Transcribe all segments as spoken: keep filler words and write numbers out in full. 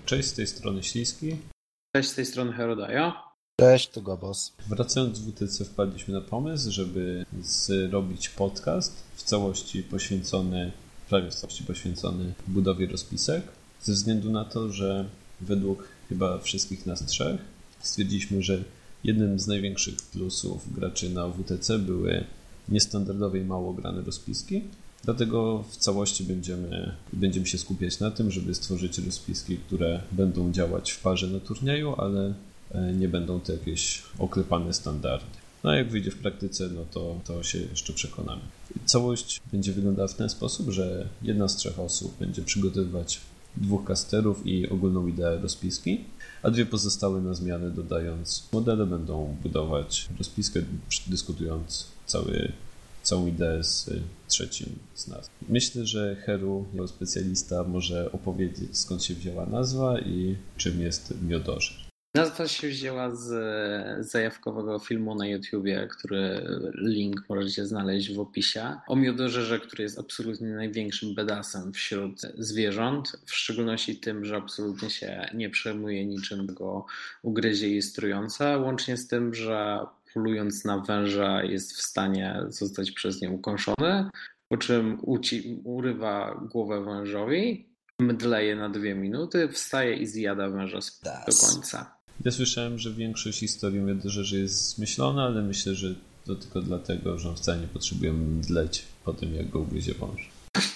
Cześć, z tej strony Śliski. Cześć, z tej strony Herodaja. Cześć, to Gobos. Wracając z W T C wpadliśmy na pomysł, żeby zrobić podcast w całości poświęcony, prawie w całości poświęcony budowie rozpisek. Ze względu na to, że według chyba wszystkich nas trzech stwierdziliśmy, że jednym z największych plusów graczy na W T C były niestandardowe i mało grane rozpiski. Dlatego w całości będziemy, będziemy się skupiać na tym, żeby stworzyć rozpiski, które będą działać w parze na turnieju, ale nie będą to jakieś oklepane standardy. No a jak wyjdzie w praktyce, no to, to się jeszcze przekonamy. Całość będzie wyglądała w ten sposób, że jedna z trzech osób będzie przygotowywać dwóch casterów i ogólną ideę rozpiski, a dwie pozostałe na zmianę, dodając modele, będą budować rozpiskę, dyskutując cały całą ideę z trzecim z nas. Myślę, że Heru, jako specjalista, może opowiedzieć, skąd się wzięła nazwa i czym jest miodożer. Nazwa się wzięła z zajawkowego filmu na YouTubie, który link możecie znaleźć w opisie. O miodożerze, który jest absolutnie największym bedasem wśród zwierząt, w szczególności tym, że absolutnie się nie przejmuje niczym, go ugryzie i jest trujące, łącznie z tym, że polując na węża jest w stanie zostać przez nie ukąszony, po czym uci- urywa głowę wężowi, mdleje na dwie minuty, wstaje i zjada węża do końca. Ja słyszałem, że większość historii o miodożerze jest zmyślona, ale myślę, że to tylko dlatego, że on wcale nie potrzebuje mdleć po tym, jak go ugryzie wąż.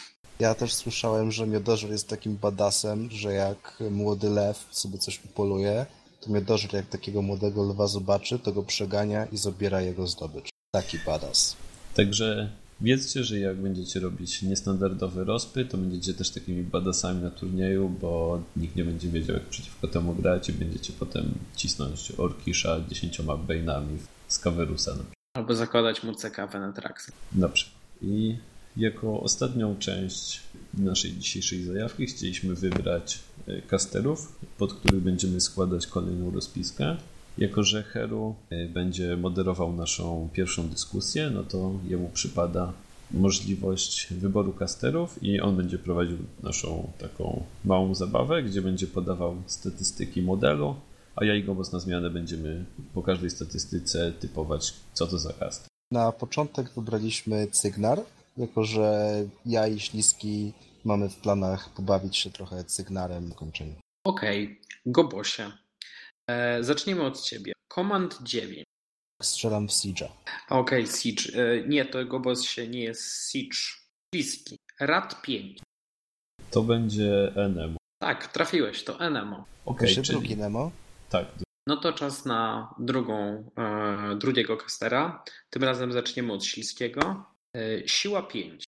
Ja też słyszałem, że miodożer jest takim badasem, że jak młody lew sobie coś upoluje, to miodożer jak takiego młodego lwa zobaczy, to go przegania i zabiera jego zdobycz. Taki badas. Także wiedzcie, że jak będziecie robić niestandardowe rozpy, to będziecie też takimi badasami na turnieju, bo nikt nie będzie wiedział, jak przeciwko temu grać i będziecie potem cisnąć Orkisza dziesięcioma Bane'ami z Kaverusa. Albo zakładać mu C K Venetraxa. Na przykład. I jako ostatnią część naszej dzisiejszej zajawki chcieliśmy wybrać casterów, pod których będziemy składać kolejną rozpiskę. Jako że Heru będzie moderował naszą pierwszą dyskusję, no to jemu przypada możliwość wyboru casterów i on będzie prowadził naszą taką małą zabawę, gdzie będzie podawał statystyki modelu, a ja i Gobos na zmianę będziemy po każdej statystyce typować, co to za caster. Na początek wybraliśmy Cygnar, jako że ja i Śliski mamy w planach pobawić się trochę Cygnarem w kończeniu. Okej, okay. Gobosie. E, zaczniemy od ciebie. Command dziewięć. Strzelam w Siege'a. Okej, okay, Siege. E, nie, to Gobos się nie jest Siege. Bliski. Rad pięć. To będzie Enemo. Tak, trafiłeś, to Enemo. Okej, okay, czyli... drugi Nemo? Tak. No to czas na drugą, e, drugiego castera. Tym razem zaczniemy od Śliskiego. E, siła pięć.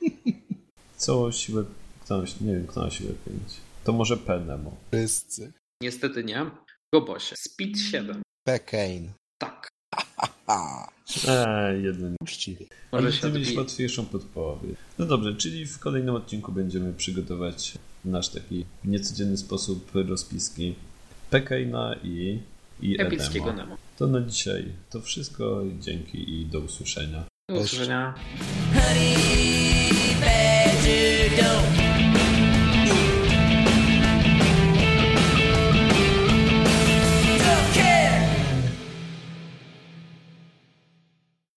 Co siłę... Kto, nie wiem, kto ma siłę pięć. To może Penemo. Wszyscy. Niestety nie. Gobosie. Speed siedem. P-Kane. Tak. Eee, jeden. Uczciwie. Ale ty mieliś łatwiejszą podpowiedź. No dobrze, czyli w kolejnym odcinku będziemy przygotować nasz taki niecodzienny sposób rozpiski P-Kane'a i, i epickiego Enemo. Nemo. To na dzisiaj to wszystko. Dzięki i do usłyszenia. Do usłyszenia. Honey, badger, don't